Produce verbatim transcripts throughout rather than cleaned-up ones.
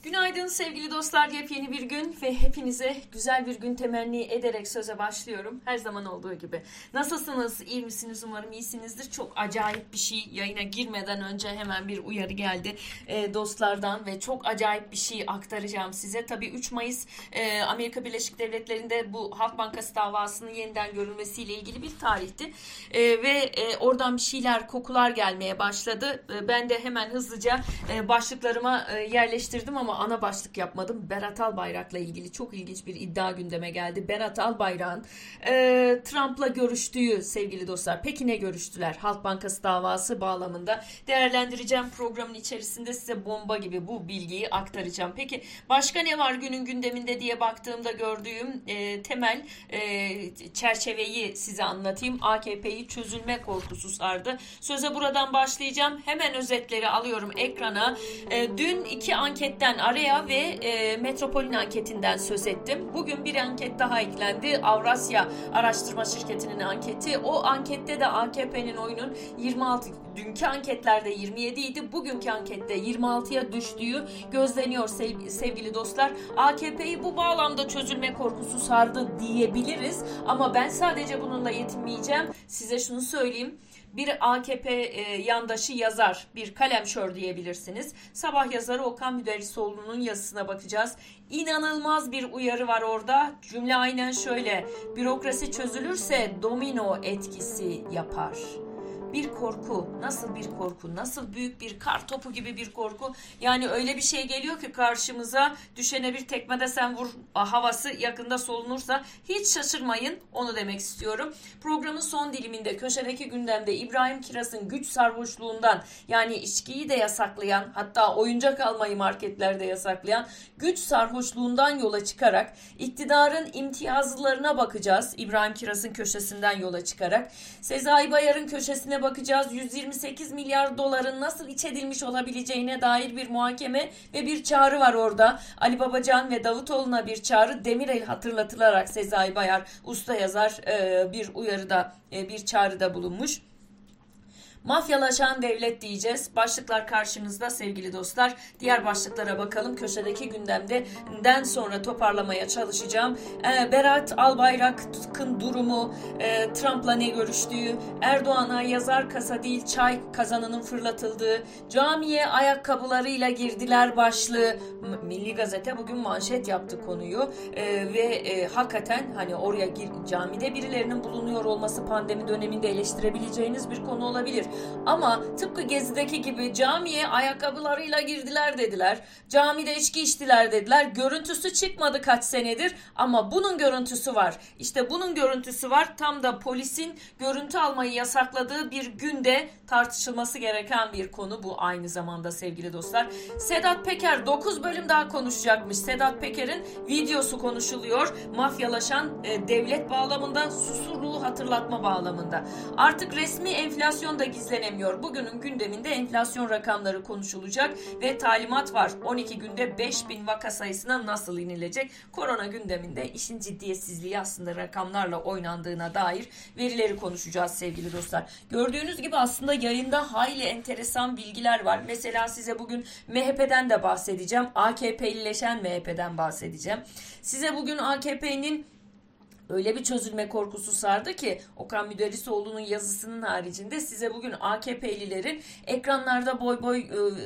Günaydın sevgili dostlar, yepyeni bir gün ve hepinize güzel bir gün temenni ederek söze başlıyorum. Her zaman olduğu gibi. Nasılsınız, iyi misiniz? Umarım iyisinizdir. Çok acayip bir şey, yayına girmeden önce hemen bir uyarı geldi e, dostlardan ve çok acayip bir şey aktaracağım size. Tabii üç Mayıs e, Amerika Birleşik Devletleri'nde bu Halk Bankası davasının yeniden görülmesiyle ilgili bir tarihti. E, ve e, oradan bir şeyler, kokular gelmeye başladı. E, ben de hemen hızlıca e, başlıklarıma e, yerleştirdim ama ana başlık yapmadım. Berat Albayrak'la ilgili çok ilginç bir iddia gündeme geldi. Berat Albayrak'ın e, Trump'la görüştüğü sevgili dostlar. Peki ne görüştüler? Halk Bankası davası bağlamında değerlendireceğim. Programın içerisinde size bomba gibi bu bilgiyi aktaracağım. Peki başka ne var günün gündeminde diye baktığımda gördüğüm e, temel e, çerçeveyi size anlatayım. A K P'yi çözülme korkusu sardı. Söze buradan başlayacağım. Hemen özetleri alıyorum ekrana. E, dün iki anketten araya ve e, Metropol'ün anketinden söz ettim. Bugün bir anket daha eklendi. Avrasya Araştırma Şirketi'nin anketi. O ankette de A K P'nin oyunun yirmi altı, dünkü anketlerde yirmi yedi idi. Bugünkü ankette yirmi altıya düştüğü gözleniyor sevgili dostlar. A K P'yi bu bağlamda çözülme korkusu sardı diyebiliriz. Ama ben sadece bununla yetinmeyeceğim. Size şunu söyleyeyim. Bir A K P e, yandaşı yazar, bir kalemşör diyebilirsiniz. Sabah yazarı Okan Müderrisoğlu'nun yazısına bakacağız. İnanılmaz bir uyarı var orada. Cümle aynen şöyle: bürokrasi çözülürse domino etkisi yapar. Bir korku, nasıl bir korku, nasıl büyük bir kar topu gibi bir korku. Yani öyle bir şey geliyor ki karşımıza, düşene bir tekmede sen vur havası yakında solunursa hiç şaşırmayın, onu demek istiyorum. Programın son diliminde köşedeki gündemde İbrahim Kiras'ın güç sarhoşluğundan, yani içkiyi de yasaklayan, hatta oyuncak almayı marketlerde yasaklayan güç sarhoşluğundan yola çıkarak iktidarın imtiyazlarına bakacağız. İbrahim Kiras'ın köşesinden yola çıkarak Sezai Bayar'ın köşesine bakacağız. yüz yirmi sekiz milyar doların nasıl iç edilmiş olabileceğine dair bir muhakeme ve bir çağrı var orada. Ali Babacan ve Davutoğlu'na bir çağrı, Demirel hatırlatılarak Sezai Bayar usta yazar bir uyarıda, bir çağrıda bulunmuş. Mafyalaşan devlet diyeceğiz. Başlıklar karşınızda sevgili dostlar. Diğer başlıklara bakalım. Köşedeki gündemden sonra toparlamaya çalışacağım. Ee, Berat Albayrak'ın durumu, e, Trump'la ne görüştüğü, Erdoğan'a yazar kasa değil çay kazanının fırlatıldığı, camiye ayakkabılarıyla girdiler başlığı. Milli Gazete bugün manşet yaptı konuyu ee, ve e, hakikaten hani oraya gir, camide birilerinin bulunuyor olması pandemi döneminde eleştirebileceğiniz bir konu olabilir. Ama tıpkı Gezi'deki gibi camiye ayakkabılarıyla girdiler dediler. Camide içki içtiler dediler. Görüntüsü çıkmadı kaç senedir ama bunun görüntüsü var. İşte bunun görüntüsü var. Tam da polisin görüntü almayı yasakladığı bir günde tartışılması gereken bir konu bu aynı zamanda sevgili dostlar. Sedat Peker dokuz bölüm daha konuşacakmış. Sedat Peker'in videosu konuşuluyor. Mafyalaşan e, devlet bağlamında, susurluğu hatırlatma bağlamında. Artık resmi enflasyon da gizlenemiyor. Bugünün gündeminde enflasyon rakamları konuşulacak ve talimat var. on iki günde beş bin vaka sayısına nasıl inilecek? Korona gündeminde işin ciddiyetsizliği aslında rakamlarla oynandığına dair verileri konuşacağız sevgili dostlar. Gördüğünüz gibi aslında yayında hayli enteresan bilgiler var. Mesela size bugün M H P'den de bahsedeceğim. A K P'lileşen M H P'den bahsedeceğim. Size bugün A K P'nin öyle bir çözülme korkusu sardı ki Okan Müderrisoğlu'nun yazısının haricinde size bugün A K P'lilerin ekranlarda boy boy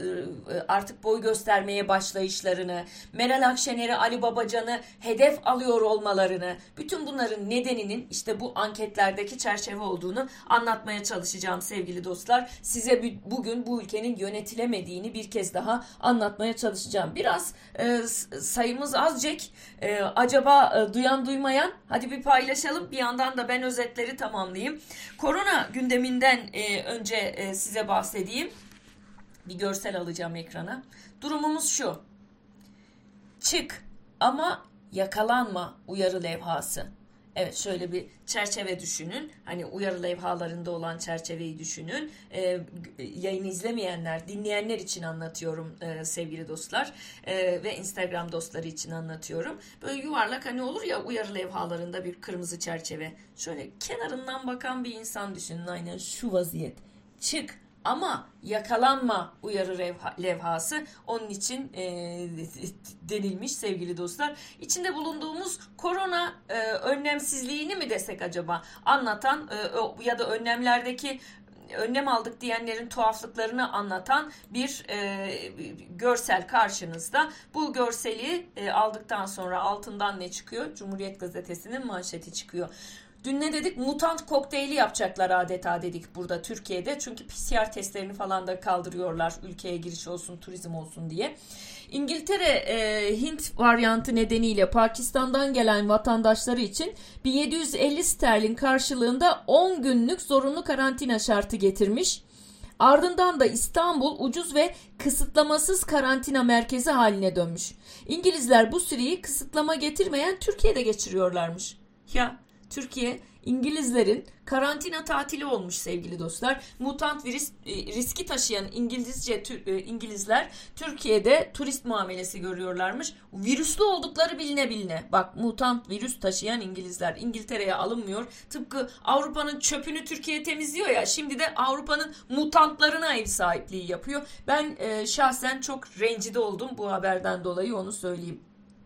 artık boy göstermeye başlayışlarını, Meral Akşener'i, Ali Babacan'ı hedef alıyor olmalarını, bütün bunların nedeninin işte bu anketlerdeki çerçeve olduğunu anlatmaya çalışacağım sevgili dostlar. Size bugün bu ülkenin yönetilemediğini bir kez daha anlatmaya çalışacağım. Biraz e, sayımız azıcık. E, acaba e, duyan duymayan, hadi bir paylaşalım. Bir yandan da ben özetleri tamamlayayım. Korona gündeminden e, önce e, size bahsedeyim. Bir görsel alacağım ekrana. Durumumuz şu: çık ama yakalanma uyarı levhası. Evet, şöyle bir çerçeve düşünün. Hani uyarı levhalarında olan çerçeveyi düşünün. Ee, yayını izlemeyenler, dinleyenler için anlatıyorum e, sevgili dostlar. E, ve Instagram dostları için anlatıyorum. Böyle yuvarlak hani olur ya uyarı levhalarında bir kırmızı çerçeve. Şöyle kenarından bakan bir insan düşünün. Aynen şu vaziyet. Çık ama yakalanma uyarı levha, levhası onun için e, denilmiş sevgili dostlar. İçinde bulunduğumuz korona e, önlemsizliğini mi desek acaba anlatan e, o, ya da önlemlerdeki önlem aldık diyenlerin tuhaflıklarını anlatan bir e, görsel karşınızda. Bu görseli e, aldıktan sonra altından ne çıkıyor? Cumhuriyet Gazetesi'nin manşeti çıkıyor. Dün ne dedik? Mutant kokteyli yapacaklar adeta dedik burada Türkiye'de. Çünkü P C R testlerini falan da kaldırıyorlar ülkeye giriş olsun, turizm olsun diye. İngiltere e, Hint varyantı nedeniyle Pakistan'dan gelen vatandaşları için bin yedi yüz elli sterlin karşılığında on günlük zorunlu karantina şartı getirmiş. Ardından da İstanbul ucuz ve kısıtlamasız karantina merkezi haline dönmüş. İngilizler bu süreyi kısıtlama getirmeyen Türkiye'de geçiriyorlarmış. Ya Türkiye İngilizlerin karantina tatili olmuş sevgili dostlar. Mutant virüs riski taşıyan İngilizce İngilizler Türkiye'de turist muamelesi görüyorlarmış. Virüslü oldukları biline biline. Bak mutant virüs taşıyan İngilizler İngiltere'ye alınmıyor. Tıpkı Avrupa'nın çöpünü Türkiye temizliyor ya. Şimdi de Avrupa'nın mutantlarına ev sahipliği yapıyor. Ben e, şahsen çok rencide oldum bu haberden dolayı, onu söyleyeyim.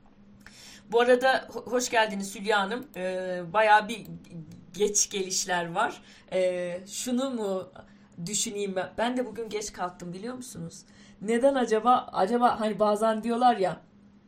Bu arada hoş geldiniz Hülya Hanım. Ee, bayağı bir geç gelişler var. Ee, şunu mu düşüneyim ben? Ben de bugün geç kalktım biliyor musunuz? Neden acaba? Acaba hani bazen diyorlar ya,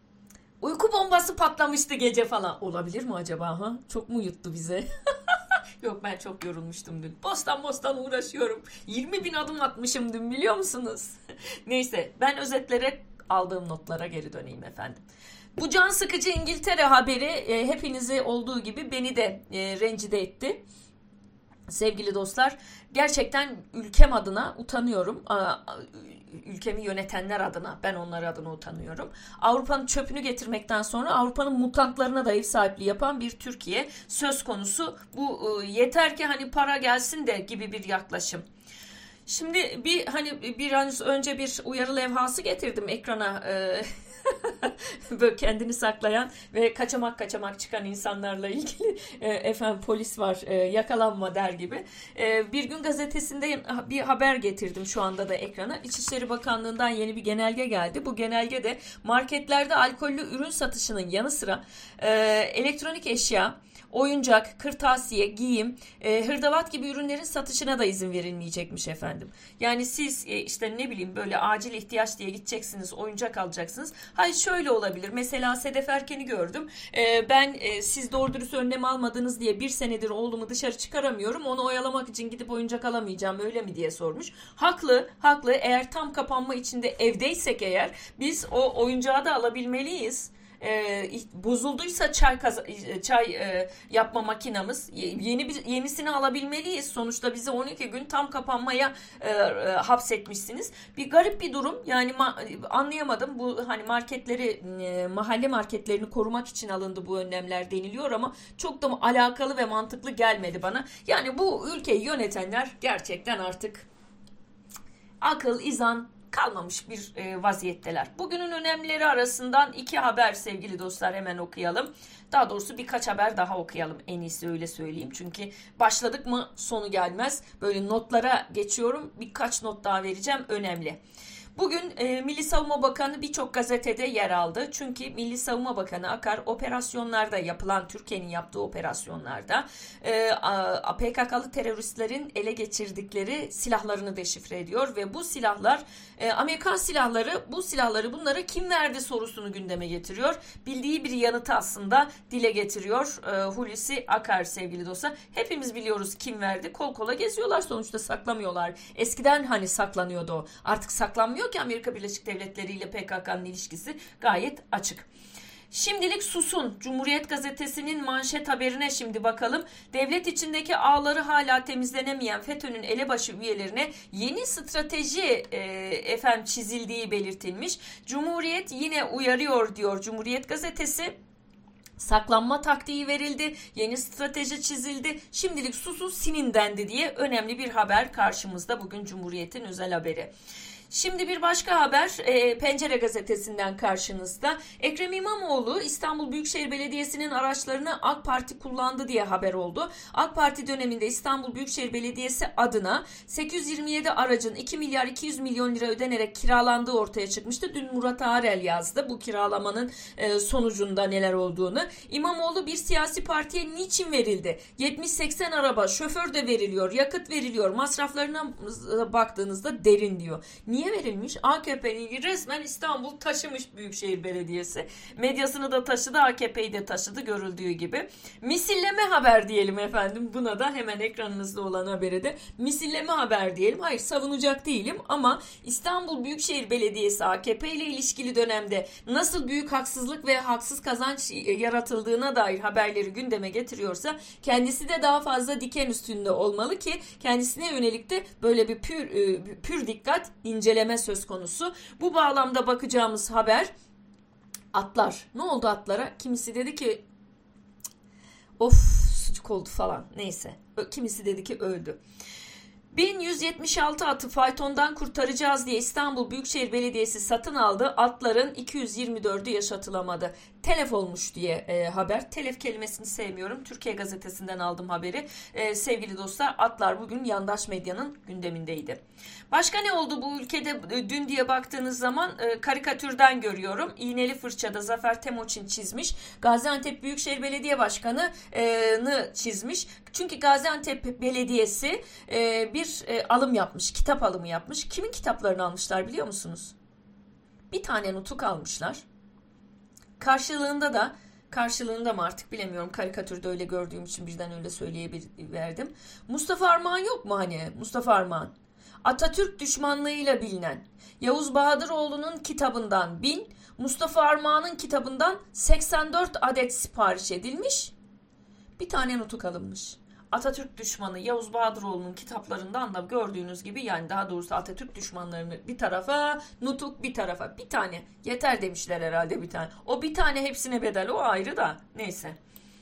uyku bombası patlamıştı gece falan. Olabilir mi acaba? Ha? Çok mu yuttu bize? Yok, ben çok yorulmuştum dün. Bostan bostan uğraşıyorum. yirmi bin adım atmışım dün biliyor musunuz? Neyse, ben özetlere aldığım notlara geri döneyim efendim. Bu can sıkıcı İngiltere haberi e, hepinizi olduğu gibi beni de e, rencide etti. Sevgili dostlar, gerçekten ülkem adına utanıyorum. Aa, ülkemi yönetenler adına, ben onlar adına utanıyorum. Avrupa'nın çöpünü getirmekten sonra Avrupa'nın mutantlarına da ev sahipliği yapan bir Türkiye söz konusu. Bu e, yeter ki hani para gelsin de gibi bir yaklaşım. Şimdi bir hani bir an önce bir uyarı levhası getirdim ekrana. E, böyle kendini saklayan ve kaçamak kaçamak çıkan insanlarla ilgili e, efendim polis var e, yakalanma der gibi. E, Bir Gün Gazetesi'nde bir haber getirdim şu anda da ekrana. İçişleri Bakanlığı'ndan yeni bir genelge geldi. Bu genelge de marketlerde alkollü ürün satışının yanı sıra e, elektronik eşya, oyuncak, kırtasiye, giyim, e, hırdavat gibi ürünlerin satışına da izin verilmeyecekmiş efendim. Yani siz e, işte ne bileyim böyle acil ihtiyaç diye gideceksiniz, oyuncak alacaksınız. Hayır, şöyle olabilir. Mesela Sedef Erken'i gördüm. E, ben e, siz doğru dürüst önlem almadınız diye bir senedir oğlumu dışarı çıkaramıyorum. Onu oyalamak için gidip oyuncak alamayacağım öyle mi diye sormuş. Haklı, haklı. Eğer tam kapanma içinde evdeysek eğer biz o oyuncağı da alabilmeliyiz. Ee, bozulduysa çay çay e, yapma makinamız yeni bir yenisini alabilmeliyiz. Sonuçta bizi on iki gün tam kapanmaya e, e, hapsetmişsiniz. Bir garip bir durum. Yani ma- anlayamadım. Bu hani marketleri e, mahalle marketlerini korumak için alındı bu önlemler deniliyor ama çok da alakalı ve mantıklı gelmedi bana. Yani bu ülkeyi yönetenler gerçekten artık akıl, izan kalmamış bir e, vaziyetteler. Bugünün önemlileri arasından iki haber sevgili dostlar hemen okuyalım. Daha doğrusu birkaç haber daha okuyalım. En iyisi öyle söyleyeyim. Çünkü başladık mı sonu gelmez. Böyle notlara geçiyorum. Birkaç not daha vereceğim. Önemli. Bugün e, Milli Savunma Bakanı birçok gazetede yer aldı. Çünkü Milli Savunma Bakanı Akar operasyonlarda yapılan, Türkiye'nin yaptığı operasyonlarda e, P K K'lı teröristlerin ele geçirdikleri silahlarını deşifre ediyor ve bu silahlar e, Amerikan silahları, bu silahları bunlara kim verdi sorusunu gündeme getiriyor. Bildiği bir yanıtı aslında dile getiriyor e, Hulusi Akar sevgili dostlar. Hepimiz biliyoruz kim verdi. Kol kola geziyorlar sonuçta, saklamıyorlar. Eskiden hani saklanıyordu o. Artık saklanmıyor ki. Amerika Birleşik Devletleri ile P K K'nın ilişkisi gayet açık. Şimdilik susun. Cumhuriyet Gazetesi'nin manşet haberine şimdi bakalım. Devlet içindeki ağları hala temizlenemeyen FETÖ'nün elebaşı üyelerine yeni strateji e, efendim çizildiği belirtilmiş. Cumhuriyet yine uyarıyor diyor Cumhuriyet Gazetesi. Saklanma taktiği verildi, yeni strateji çizildi, şimdilik susun sinin dendi diye önemli bir haber karşımızda bugün Cumhuriyet'in özel haberi. Şimdi bir başka haber e, Pencere Gazetesi'nden karşınızda. Ekrem İmamoğlu İstanbul Büyükşehir Belediyesi'nin araçlarını AK Parti kullandı diye haber oldu. AK Parti döneminde İstanbul Büyükşehir Belediyesi adına sekiz yüz yirmi yedi aracın iki milyar iki yüz milyon lira ödenerek kiralandığı ortaya çıkmıştı. Dün Murat Arel yazdı bu kiralamanın e, sonucunda neler olduğunu. İmamoğlu bir siyasi partiye niçin verildi? yetmiş seksen araba, şoför de veriliyor, yakıt veriliyor. Masraflarına baktığınızda derin diyor. Niye verilmiş? A K P'nin resmen İstanbul taşımış Büyükşehir Belediyesi. Medyasını da taşıdı, A K P'yi de taşıdı görüldüğü gibi. Misilleme haber diyelim efendim. Buna da hemen ekranınızda olan habere de misilleme haber diyelim. Hayır, savunacak değilim ama İstanbul Büyükşehir Belediyesi A K P ile ilişkili dönemde nasıl büyük haksızlık ve haksız kazanç yaratıldığına dair haberleri gündeme getiriyorsa kendisi de daha fazla diken üstünde olmalı ki kendisine yönelik de böyle bir pür, pür dikkat inceleme söz konusu. Bu bağlamda bakacağımız haber atlar. Ne oldu atlara? Kimisi dedi ki of sucuk oldu falan. Neyse. Kimisi dedi ki öldü. bin yüz yetmiş altı atı faytondan kurtaracağız diye İstanbul Büyükşehir Belediyesi satın aldı. Atların iki yüz yirmi dördü yaşatılamadı. Telef olmuş diye e, haber. Telef kelimesini sevmiyorum. Türkiye Gazetesi'nden aldım haberi. E, sevgili dostlar, atlar bugün yandaş medyanın gündemindeydi. Başka ne oldu bu ülkede e, dün diye baktığınız zaman e, karikatürden görüyorum. İğneli fırçada Zafer Temoçin çizmiş. Gaziantep Büyükşehir Belediye Başkanı'nı çizmiş. Çünkü Gaziantep Belediyesi e, bir e, alım yapmış. Kitap alımı yapmış. Kimin kitaplarını almışlar biliyor musunuz? Bir tane nutuk almışlar. Karşılığında da karşılığında mı artık bilemiyorum, karikatürde öyle gördüğüm için birden öyle söyleyiverdim. Mustafa Armağan yok mu hani? Mustafa Armağan. Atatürk düşmanlığıyla bilinen Yavuz Bahadıroğlu'nun kitabından bin, Mustafa Armağan'ın kitabından seksen dört adet sipariş edilmiş. Bir tane nutuk alınmış. Atatürk düşmanı Yavuz Bahadıroğlu'nun kitaplarından da gördüğünüz gibi, yani daha doğrusu Atatürk düşmanlarını bir tarafa, nutuk bir tarafa. Bir tane yeter demişler herhalde bir tane. O bir tane hepsine bedel, o ayrı da neyse.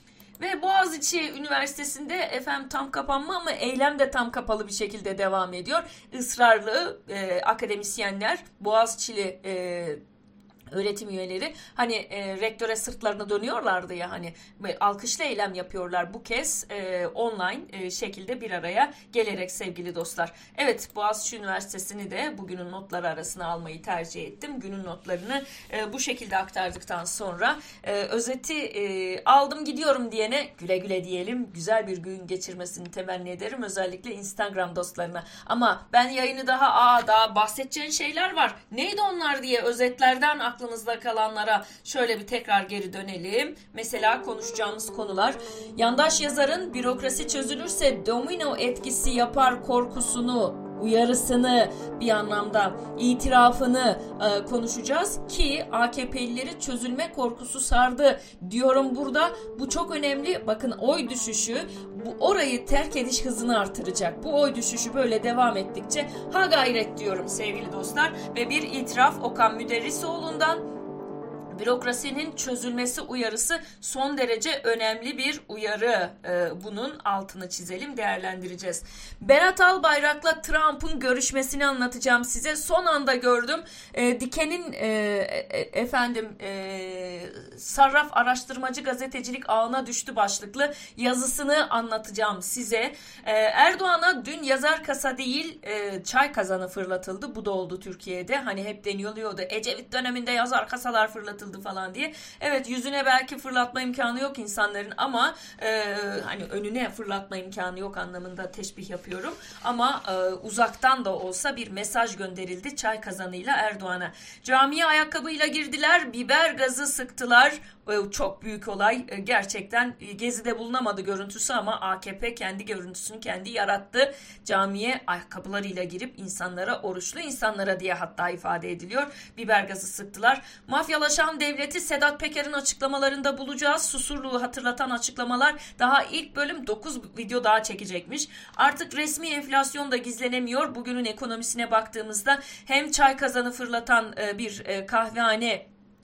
Ve Boğaziçi Üniversitesi'nde efendim tam kapanma ama eylem de tam kapalı bir şekilde devam ediyor. Israrlı e, akademisyenler, Boğaziçi'li e, öğretim üyeleri hani e, rektöre sırtlarını dönüyorlardı ya, hani alkışlı eylem yapıyorlar. Bu kez e, online e, şekilde bir araya gelerek sevgili dostlar. Evet, Boğaziçi Üniversitesi'ni de bugünün notları arasına almayı tercih ettim. Günün notlarını e, bu şekilde aktardıktan sonra e, özeti e, aldım gidiyorum diyene güle güle diyelim. Güzel bir gün geçirmesini temenni ederim. Özellikle Instagram dostlarına. Ama ben yayını daha aa daha bahsedeceğin şeyler var. Neydi onlar diye özetlerden aklınızda kalanlara şöyle bir tekrar geri dönelim. Mesela konuşacağımız konular. Yandaş yazarın bürokrasi çözülürse domino etkisi yapar korkusunu, uyarısını, bir anlamda itirafını e, konuşacağız ki A K P'lileri çözülme korkusu sardı diyorum burada. Bu çok önemli. Bakın, oy düşüşü bu orayı terk ediş hızını artıracak. Bu oy düşüşü böyle devam ettikçe ha gayret diyorum sevgili dostlar. Ve bir itiraf Okan Müderrisoğlu'ndan. Bürokrasinin çözülmesi uyarısı son derece önemli bir uyarı. Ee, bunun altını çizelim, değerlendireceğiz. Berat Albayrak'la Trump'ın görüşmesini anlatacağım size. Son anda gördüm. E, Diken'in e, e, efendim e, Sarraf Araştırmacı Gazetecilik Ağına düştü başlıklı yazısını anlatacağım size. E, Erdoğan'a dün yazar kasa değil e, çay kazanı fırlatıldı. Bu da oldu Türkiye'de. Hani hep deniliyordu. Ecevit döneminde yazar kasalar fırlatıldı falan diye. Evet, yüzüne belki fırlatma imkanı yok insanların ama e, hani önüne fırlatma imkanı yok anlamında teşbih yapıyorum. Ama e, uzaktan da olsa bir mesaj gönderildi çay kazanıyla Erdoğan'a. Camiye ayakkabıyla girdiler, biber gazı sıktılar. Çok büyük olay. Gerçekten Gezi'de bulunamadı görüntüsü ama A K P kendi görüntüsünü kendi yarattı. Camiye ayakkabılarıyla girip insanlara, oruçlu insanlara diye hatta ifade ediliyor, biber gazı sıktılar. Mafyalaşan devleti Sedat Peker'in açıklamalarında bulacağız. Susurluğu hatırlatan açıklamalar. Daha ilk bölüm dokuz video daha çekecekmiş. Artık resmi enflasyon da gizlenemiyor. Bugünün ekonomisine baktığımızda hem çay kazanı fırlatan bir kahvehane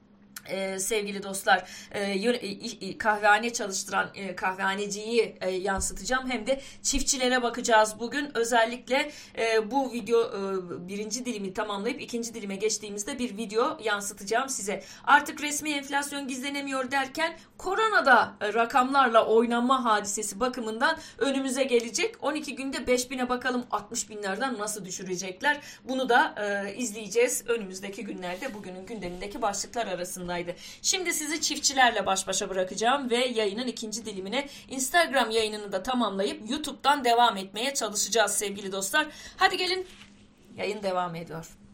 Ee, sevgili dostlar, e, kahvehane çalıştıran e, kahvehaneciyi e, yansıtacağım, hem de çiftçilere bakacağız bugün. Özellikle e, bu video e, birinci dilimi tamamlayıp ikinci dilime geçtiğimizde bir video yansıtacağım size. Artık resmi enflasyon gizlenemiyor derken koronada e, rakamlarla oynanma hadisesi bakımından önümüze gelecek. on iki günde beş bine bakalım altmış binlerden nasıl düşürecekler, bunu da e, izleyeceğiz önümüzdeki günlerde. Bugünün gündemindeki başlıklar arasında. Şimdi sizi çiftçilerle baş başa bırakacağım ve yayının ikinci dilimine, Instagram yayınını da tamamlayıp YouTube'dan devam etmeye çalışacağız sevgili dostlar. Hadi gelin, yayın devam ediyor.